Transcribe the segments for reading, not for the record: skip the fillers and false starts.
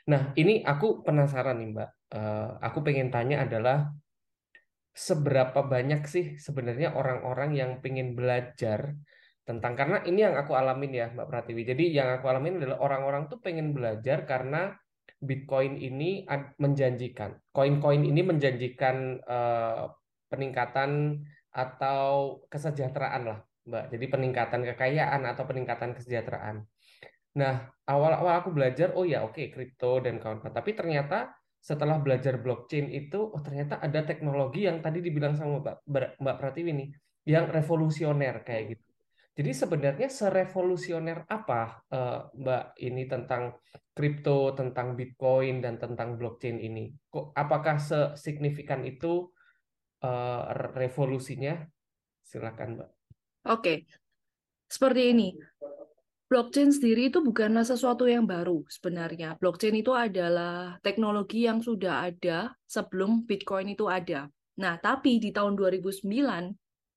Nah, ini aku penasaran nih, Mbak. Aku pengen tanya adalah seberapa banyak sih sebenarnya orang-orang yang pengen belajar tentang, karena ini yang aku alamin ya, Mbak Pratiwi. Jadi yang aku alamin adalah orang-orang tuh pengen belajar karena Bitcoin ini menjanjikan, koin-koin ini menjanjikan peningkatan atau kesejahteraan lah, Mbak. Jadi peningkatan kekayaan atau peningkatan kesejahteraan. Nah, awal-awal aku belajar, oh ya oke, kripto dan kawan-kawan. Tapi ternyata setelah belajar blockchain itu, oh ternyata ada teknologi yang tadi dibilang sama Mbak Pratiwi nih, yang revolusioner kayak gitu. Jadi sebenarnya serevolusioner apa Mbak ini tentang kripto, tentang Bitcoin, dan tentang blockchain ini? Kok apakah sesignifikan itu eh, revolusinya? Silakan Mbak. Oke, seperti ini. Blockchain sendiri itu bukanlah sesuatu yang baru sebenarnya. Blockchain itu adalah teknologi yang sudah ada sebelum Bitcoin itu ada. Nah, tapi di tahun 2009,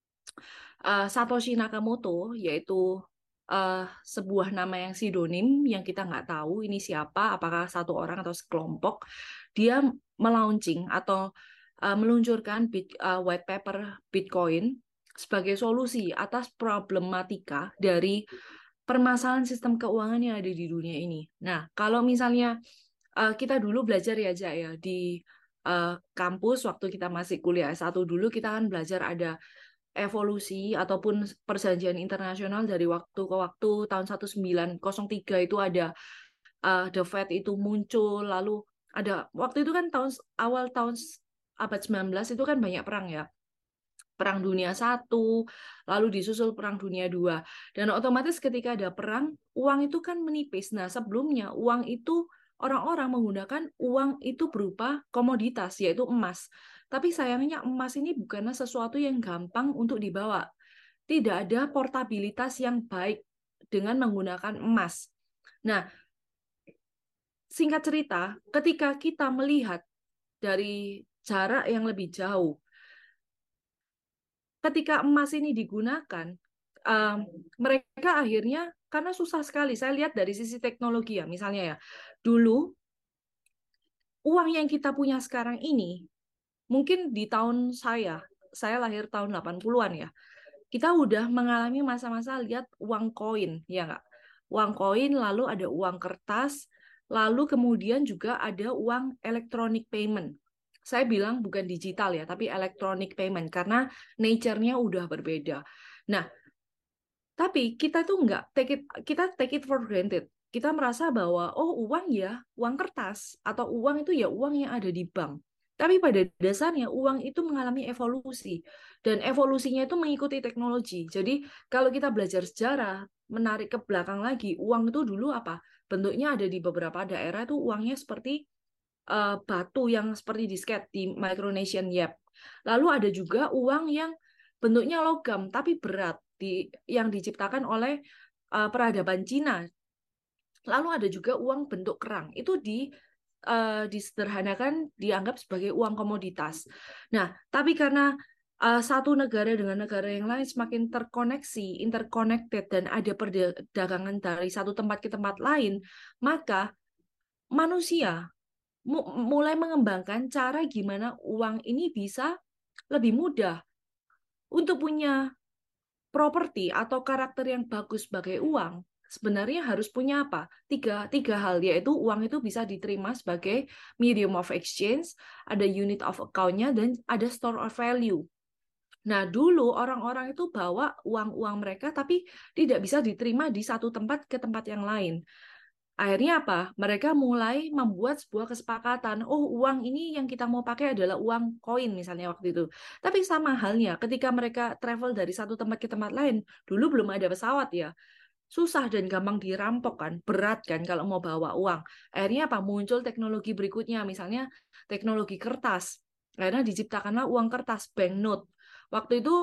Satoshi Nakamoto, yaitu sebuah nama yang pseudonym yang kita nggak tahu ini siapa, apakah satu orang atau sekelompok, dia melaunching atau meluncurkan white paper Bitcoin sebagai solusi atas problematika dari permasalahan sistem keuangan yang ada di dunia ini. Nah, kalau misalnya kita dulu belajar ya, Jak, ya di kampus waktu kita masih kuliah S1 dulu kita kan belajar ada evolusi ataupun perjanjian internasional dari waktu ke waktu. Tahun 1903 itu ada The Fed itu muncul, lalu ada waktu itu kan awal tahun abad 19 itu kan banyak perang ya. Perang Dunia Satu, lalu disusul Perang Dunia Dua. Dan otomatis ketika ada perang, uang itu kan menipis. Nah, sebelumnya uang itu orang-orang menggunakan uang itu berupa komoditas, yaitu emas. Tapi sayangnya emas ini bukanlah sesuatu yang gampang untuk dibawa. Tidak ada portabilitas yang baik dengan menggunakan emas. Nah, singkat cerita, ketika kita melihat dari jarak yang lebih jauh, ketika emas ini digunakan, um, mereka akhirnya karena susah sekali. Saya lihat dari sisi teknologi ya, misalnya ya, dulu uang yang kita punya sekarang ini, mungkin di tahun saya lahir tahun 80-an ya, kita udah mengalami masa-masa lihat uang koin, ya nggak? Uang koin, lalu ada uang kertas, lalu kemudian juga ada uang electronic payment. Saya bilang bukan digital ya, tapi electronic payment karena nature-nya udah berbeda. Nah, tapi kita tuh nggak kita take it for granted. Kita merasa bahwa oh uang ya uang kertas atau uang itu ya uang yang ada di bank. Tapi pada dasarnya uang itu mengalami evolusi dan evolusinya itu mengikuti teknologi. Jadi kalau kita belajar sejarah, menarik ke belakang lagi, uang itu dulu apa? Bentuknya ada di beberapa daerah itu uangnya seperti batu yang seperti disket di Micronesian Yap. Lalu ada juga uang yang bentuknya logam tapi berat yang diciptakan oleh peradaban Cina. Lalu ada juga uang bentuk kerang. Itu disederhanakan dianggap sebagai uang komoditas. Nah, tapi karena satu negara dengan negara yang lain semakin terkoneksi, interconnected dan ada perdagangan dari satu tempat ke tempat lain, maka manusia mulai mengembangkan cara gimana uang ini bisa lebih mudah untuk punya properti atau karakter yang bagus sebagai uang. Sebenarnya harus punya apa? Tiga hal, yaitu uang itu bisa diterima sebagai medium of exchange, ada unit of account-nya, dan ada store of value. Nah, dulu orang-orang itu bawa uang-uang mereka, tapi tidak bisa diterima di satu tempat ke tempat yang lain. Akhirnya apa? Mereka mulai membuat sebuah kesepakatan. Oh, uang ini yang kita mau pakai adalah uang koin misalnya waktu itu. Tapi sama halnya ketika mereka travel dari satu tempat ke tempat lain, dulu belum ada pesawat ya. Susah dan gampang dirampok kan, berat kan kalau mau bawa uang. Akhirnya apa? Muncul teknologi berikutnya, misalnya teknologi kertas. Akhirnya diciptakanlah uang kertas, banknote. Waktu itu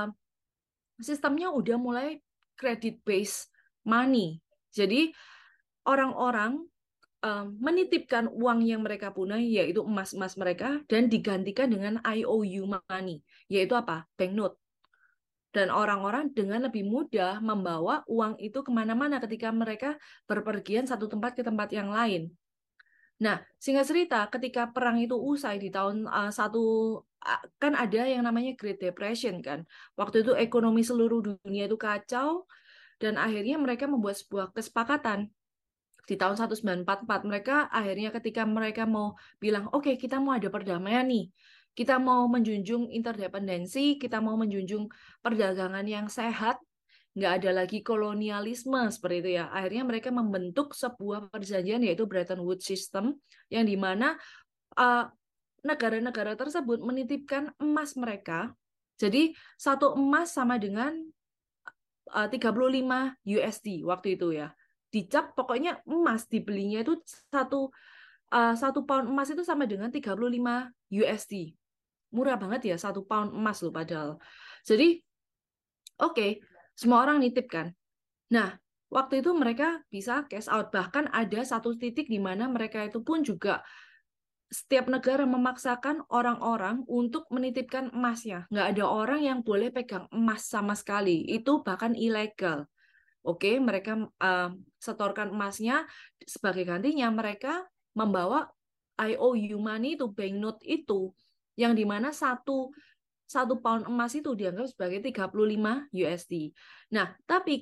sistemnya udah mulai credit based money. Jadi orang-orang menitipkan uang yang mereka punya, yaitu emas-emas mereka, dan digantikan dengan IOU money, yaitu apa? Banknote. Dan orang-orang dengan lebih mudah membawa uang itu kemana-mana ketika mereka berpergian satu tempat ke tempat yang lain. Nah, singkat cerita, ketika perang itu usai di tahun kan ada yang namanya Great Depression kan. Waktu itu ekonomi seluruh dunia itu kacau dan akhirnya mereka membuat sebuah kesepakatan di tahun 1944. Mereka akhirnya ketika mereka mau bilang, oke, kita mau ada perdamaian nih. Kita mau menjunjung interdependensi, kita mau menjunjung perdagangan yang sehat, nggak ada lagi kolonialisme seperti itu ya. Akhirnya mereka membentuk sebuah perjanjian yaitu Bretton Woods System yang dimana uh, negara-negara tersebut menitipkan emas mereka. Jadi satu emas sama dengan 35 USD waktu itu ya. Dicap pokoknya emas dibelinya itu satu pound emas itu sama dengan 35 USD. Murah banget ya, satu pound emas loh padahal. Jadi oke, semua orang nitip kan. Nah, waktu itu mereka bisa cash out. Bahkan ada satu titik di mana mereka itu pun juga setiap negara memaksakan orang-orang untuk menitipkan emasnya. Nggak ada orang yang boleh pegang emas sama sekali. Itu bahkan ilegal. Oke, mereka setorkan emasnya, sebagai gantinya mereka membawa IOU money itu, banknote itu, yang dimana satu pound emas itu dianggap sebagai 35 USD. Nah, tapi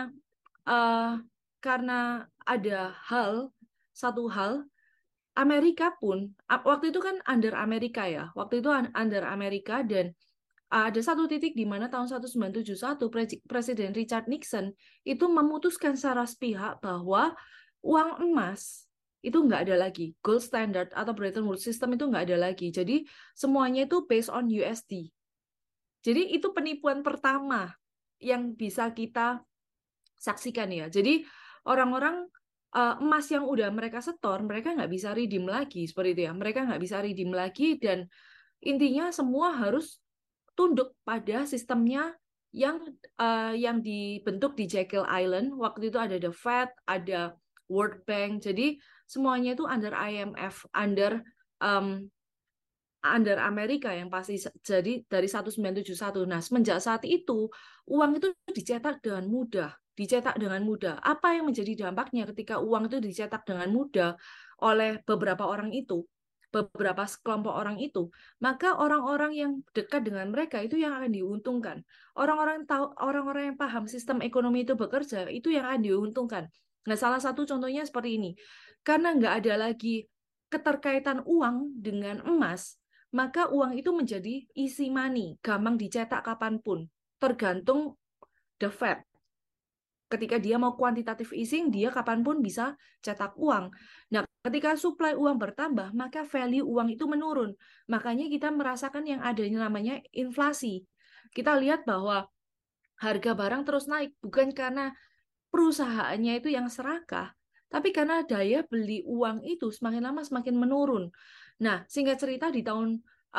eh, karena ada satu hal, Amerika pun waktu itu kan under Amerika ya, waktu itu under Amerika dan ada satu titik di mana tahun 1971 Presiden Richard Nixon itu memutuskan secara sepihak bahwa uang emas itu nggak ada lagi, gold standard atau Bretton Woods system itu nggak ada lagi. Jadi semuanya itu based on USD. Jadi itu penipuan pertama yang bisa kita saksikan ya. Jadi orang-orang emas yang udah mereka setor, mereka nggak bisa redeem lagi seperti itu ya. Mereka nggak bisa redeem lagi dan intinya semua harus tunduk pada sistemnya yang dibentuk di Jekyll Island. Waktu itu ada The Fed, ada World Bank. Jadi semuanya itu under IMF, um, under Amerika yang pasti jadi dari 1971. Nah, semenjak saat itu uang itu dicetak dengan mudah, dicetak dengan mudah. Apa yang menjadi dampaknya ketika uang itu dicetak dengan mudah oleh beberapa orang itu, beberapa kelompok orang itu, maka orang-orang yang dekat dengan mereka itu yang akan diuntungkan. Orang-orang yang paham sistem ekonomi itu bekerja itu yang akan diuntungkan. Nah, salah satu contohnya seperti ini. Karena nggak ada lagi keterkaitan uang dengan emas, maka uang itu menjadi easy money, gampang dicetak kapanpun, tergantung the Fed. Ketika dia mau quantitative easing, dia kapanpun bisa cetak uang. Nah, ketika supply uang bertambah, maka value uang itu menurun. Makanya kita merasakan yang adanya namanya inflasi. Kita lihat bahwa harga barang terus naik, bukan karena perusahaannya itu yang serakah, tapi karena daya beli uang itu semakin lama semakin menurun. Nah, singkat cerita di tahun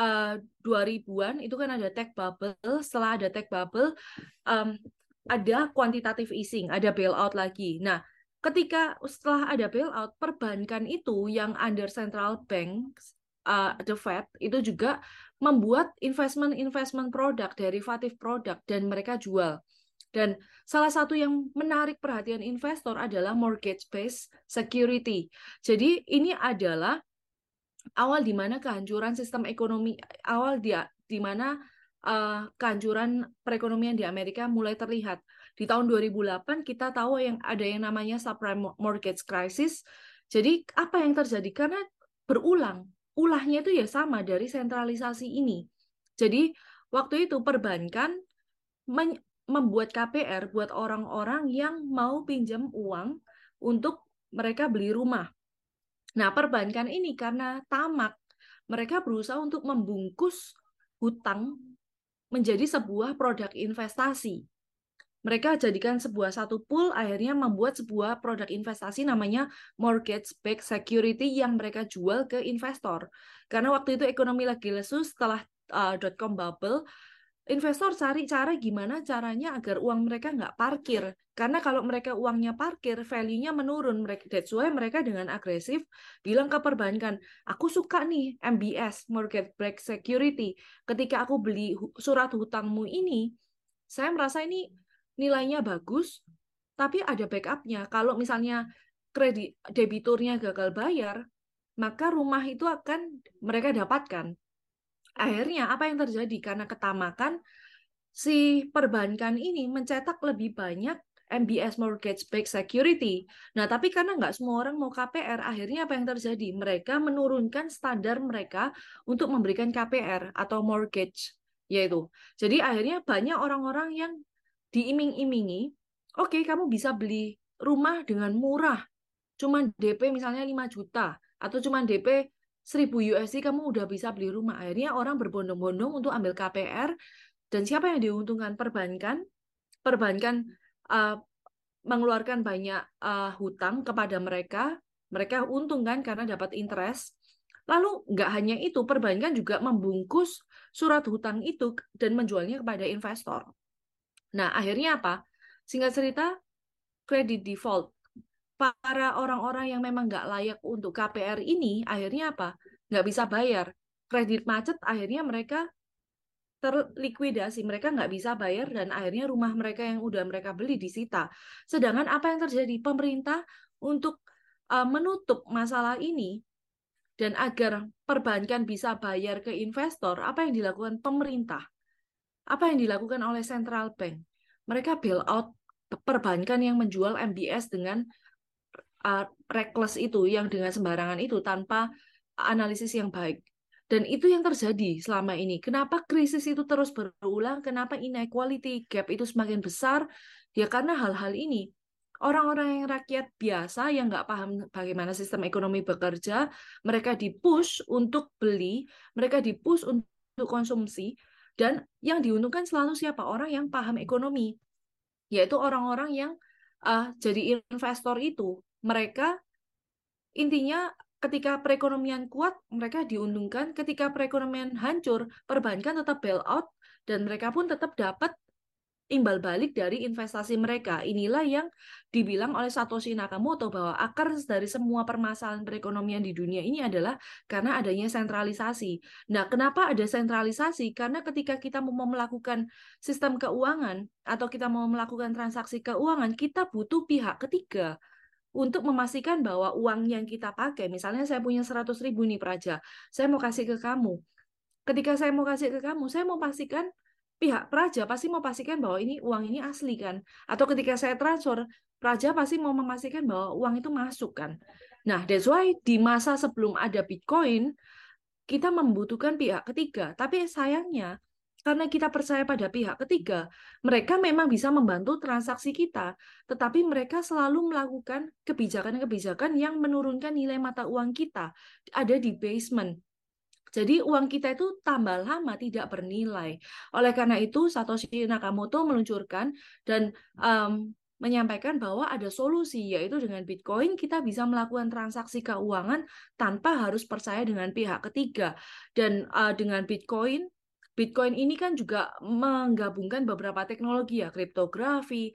2000-an itu kan ada tech bubble. Setelah ada tech bubble, um, ada quantitative easing, ada bailout lagi. Nah, ketika setelah ada bailout, perbankan itu yang under central bank, the Fed, itu juga membuat investment produk, derivatif produk, dan mereka jual. Dan salah satu yang menarik perhatian investor adalah mortgage-based security. Jadi ini adalah awal di mana kehancuran sistem ekonomi, awal di mana kehancuran perekonomian di Amerika mulai terlihat. Di tahun 2008 kita tahu ada yang namanya subprime mortgage crisis. Jadi apa yang terjadi? Karena berulang, ulahnya itu ya sama dari sentralisasi ini. Jadi waktu itu perbankan membuat KPR buat orang-orang yang mau pinjam uang untuk mereka beli rumah. Nah, perbankan ini karena tamak, mereka berusaha untuk membungkus hutang menjadi sebuah produk investasi. Mereka jadikan sebuah satu pool, akhirnya membuat sebuah produk investasi namanya mortgage-backed security yang mereka jual ke investor. Karena waktu itu ekonomi lagi lesu setelah dot-com bubble, investor cari cara gimana caranya agar uang mereka nggak parkir. Karena kalau mereka uangnya parkir, value-nya menurun. That's why mereka dengan agresif bilang ke perbankan, aku suka nih MBS, Mortgage Backed Security. Ketika aku beli surat hutangmu ini, saya merasa ini nilainya bagus, tapi ada backup-nya. Kalau misalnya kredit debiturnya gagal bayar, maka rumah itu akan mereka dapatkan. Akhirnya apa yang terjadi? Karena ketamakan, si perbankan ini mencetak lebih banyak MBS Mortgage Backed Security. Nah, tapi karena nggak semua orang mau KPR, akhirnya apa yang terjadi? Mereka menurunkan standar mereka untuk memberikan KPR atau mortgage, yaitu. Jadi akhirnya banyak orang-orang yang diiming-imingi, oke, kamu bisa beli rumah dengan murah, cuman DP misalnya 5 juta, atau cuman DP 1000 USD, kamu udah bisa beli rumah. Akhirnya orang berbondong-bondong untuk ambil KPR, dan siapa yang diuntungkan? Perbankan. Perbankan uh, mengeluarkan banyak hutang kepada mereka. Mereka untung kan karena dapat interest. Lalu nggak hanya itu, perbankan juga membungkus surat hutang itu dan menjualnya kepada investor. Nah, akhirnya apa? Singkat cerita, kredit default. Para orang-orang yang memang nggak layak untuk KPR ini, akhirnya apa? Nggak bisa bayar. Kredit macet, akhirnya mereka terlikuidasi, mereka nggak bisa bayar dan akhirnya rumah mereka yang udah mereka beli disita. Sedangkan apa yang terjadi? Pemerintah untuk menutup masalah ini dan agar perbankan bisa bayar ke investor, apa yang dilakukan pemerintah? Apa yang dilakukan oleh central bank? Mereka bail out perbankan yang menjual MBS dengan reckless itu, yang dengan sembarangan itu tanpa analisis yang baik. Dan itu yang terjadi selama ini. Kenapa krisis itu terus berulang? Kenapa inequality gap itu semakin besar? Ya karena hal-hal ini. Orang-orang yang rakyat biasa yang nggak paham bagaimana sistem ekonomi bekerja, mereka dipush untuk beli, mereka dipush untuk konsumsi, dan yang diuntungkan selalu siapa? Orang yang paham ekonomi, yaitu orang-orang yang jadi investor itu. Mereka intinya ketika perekonomian kuat, mereka diuntungkan. Ketika perekonomian hancur, perbankan tetap bail out dan mereka pun tetap dapat imbal balik dari investasi mereka. Inilah yang dibilang oleh Satoshi Nakamoto bahwa akar dari semua permasalahan perekonomian di dunia ini adalah karena adanya sentralisasi. Nah, kenapa ada sentralisasi? Karena ketika kita mau melakukan sistem keuangan atau kita mau melakukan transaksi keuangan, kita butuh pihak ketiga untuk memastikan bahwa uang yang kita pakai, misalnya saya punya 100.000 nih Praja, saya mau kasih ke kamu. Ketika saya mau kasih ke kamu, saya mau pastikan pihak Praja pasti mau pastikan bahwa ini uang ini asli kan. Atau ketika saya transfer, Praja pasti mau memastikan bahwa uang itu masuk kan. Nah, that's why di masa sebelum ada Bitcoin, kita membutuhkan pihak ketiga. Tapi sayangnya, karena kita percaya pada pihak ketiga, mereka memang bisa membantu transaksi kita, tetapi mereka selalu melakukan kebijakan-kebijakan yang menurunkan nilai mata uang kita, ada di basement. Jadi uang kita itu tambah lama tidak bernilai. Oleh karena itu, Satoshi Nakamoto meluncurkan dan menyampaikan bahwa ada solusi, yaitu dengan Bitcoin kita bisa melakukan transaksi keuangan tanpa harus percaya dengan pihak ketiga. Dan dengan Bitcoin, Bitcoin ini kan juga menggabungkan beberapa teknologi ya, kriptografi,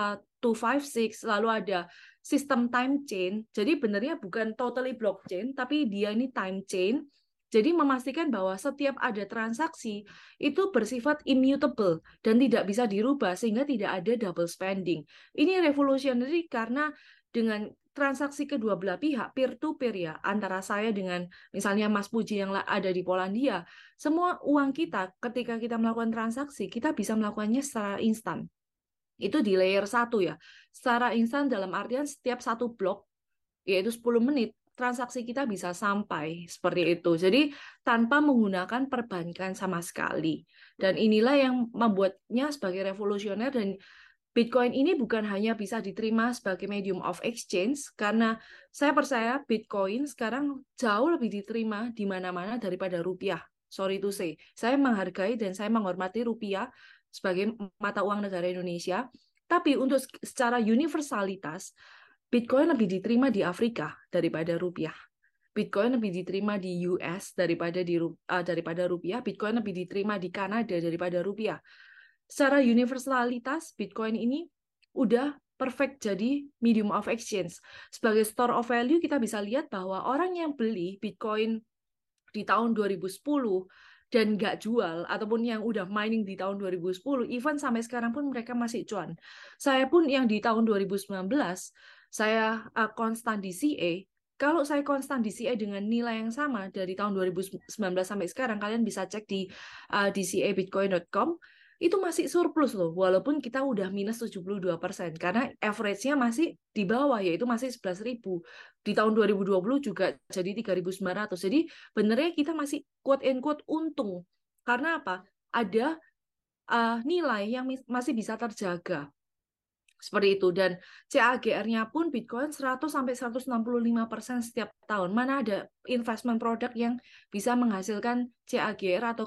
SHA-256, lalu ada sistem time chain. Jadi benarnya bukan totally blockchain, tapi dia ini time chain. Jadi memastikan bahwa setiap ada transaksi itu bersifat immutable dan tidak bisa dirubah sehingga tidak ada double spending. Ini revolutionary karena dengan transaksi kedua belah pihak peer to peer ya, antara saya dengan misalnya Mas Puji yang ada di Polandia, semua uang kita ketika kita melakukan transaksi kita bisa melakukannya secara instan. Itu di layer 1 ya. Secara instan dalam artian setiap satu blok yaitu 10 menit transaksi kita bisa sampai seperti itu. Jadi tanpa menggunakan perbankan sama sekali. Dan inilah yang membuatnya sebagai revolusioner, dan Bitcoin ini bukan hanya bisa diterima sebagai medium of exchange, karena saya percaya Bitcoin sekarang jauh lebih diterima di mana-mana daripada rupiah. Sorry to say, saya menghargai dan saya menghormati rupiah sebagai mata uang negara Indonesia, tapi untuk secara universalitas, Bitcoin lebih diterima di Afrika daripada rupiah. Bitcoin lebih diterima di US daripada rupiah. Bitcoin lebih diterima di Kanada daripada rupiah. Secara universalitas, Bitcoin ini udah perfect jadi medium of exchange. Sebagai store of value, kita bisa lihat bahwa orang yang beli Bitcoin di tahun 2010 dan nggak jual, ataupun yang udah mining di tahun 2010, even sampai sekarang pun mereka masih cuan. Saya pun yang di tahun 2019, saya konstan di CA, Kalau saya konstan DCA dengan nilai yang sama dari tahun 2019 sampai sekarang, kalian bisa cek di dcabitcoin.com, itu masih surplus loh, walaupun kita udah minus 72%, karena average-nya masih di bawah, yaitu masih 11.000. Di tahun 2020 juga jadi 3.900. Jadi benernya kita masih quote-unquote untung. Karena apa? Ada nilai yang masih bisa terjaga. Seperti itu. Dan CAGR-nya pun Bitcoin 100 sampai 165% setiap tahun. Mana ada investment product yang bisa menghasilkan CAGR atau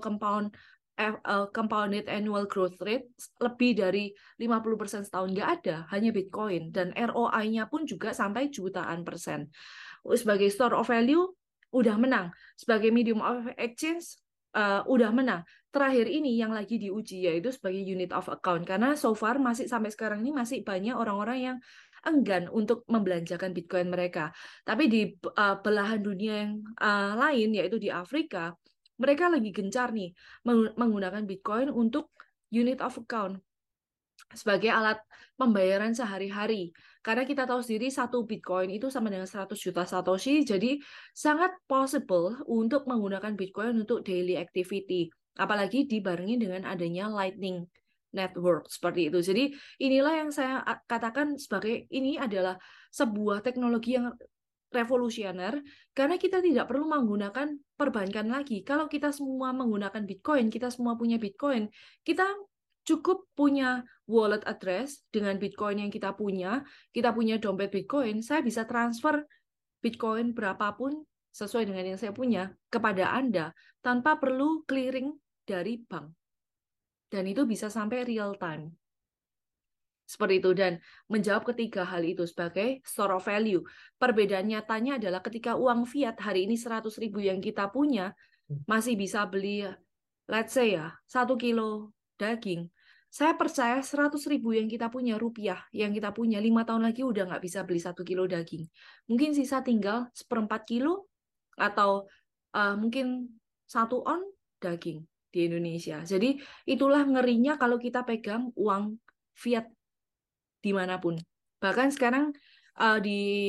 compounded annual growth rate lebih dari 50% setahun? Nggak ada, hanya Bitcoin. Dan ROI-nya pun juga sampai jutaan persen. Sebagai store of value, udah menang. Sebagai medium of exchange, udah menang. Terakhir ini yang lagi diuji yaitu sebagai unit of account, karena so far masih sampai sekarang ini masih banyak orang-orang yang enggan untuk membelanjakan Bitcoin mereka. Tapi di belahan dunia yang lain, yaitu di Afrika, mereka lagi gencar nih menggunakan Bitcoin untuk unit of account sebagai alat pembayaran sehari-hari. Karena kita tahu sendiri satu Bitcoin itu sama dengan 100 juta Satoshi, jadi sangat possible untuk menggunakan Bitcoin untuk daily activity. Apalagi dibarengi dengan adanya Lightning Network seperti itu. Jadi inilah yang saya katakan sebagai ini adalah sebuah teknologi yang revolusioner karena kita tidak perlu menggunakan perbankan lagi. Kalau kita semua menggunakan Bitcoin, kita semua punya Bitcoin, kita cukup punya wallet address dengan Bitcoin yang kita punya dompet Bitcoin, saya bisa transfer Bitcoin berapapun sesuai dengan yang saya punya kepada Anda tanpa perlu clearing dari bank. Dan itu bisa sampai real time. Seperti itu. Dan menjawab ketiga hal itu sebagai store of value. Perbedaan nyatanya adalah ketika uang fiat hari ini 100.000 yang kita punya, masih bisa beli, let's say ya, 1 kilo daging. Saya percaya 100.000 yang kita punya rupiah, yang kita punya 5 tahun lagi udah nggak bisa beli 1 kilo daging. Mungkin sisa tinggal 1/4 kilo atau mungkin 1 on daging di Indonesia. Jadi itulah ngerinya kalau kita pegang uang fiat dimanapun. Bahkan sekarang di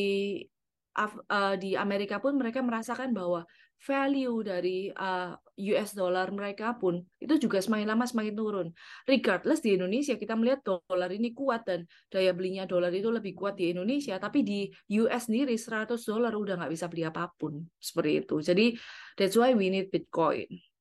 di Amerika pun mereka merasakan bahwa value dari US dollar mereka pun itu juga semakin lama semakin turun. Regardless di Indonesia kita melihat dolar ini kuat dan daya belinya dolar itu lebih kuat di Indonesia, tapi di US sendiri $100 udah nggak bisa beli apapun seperti itu. Jadi that's why we need Bitcoin.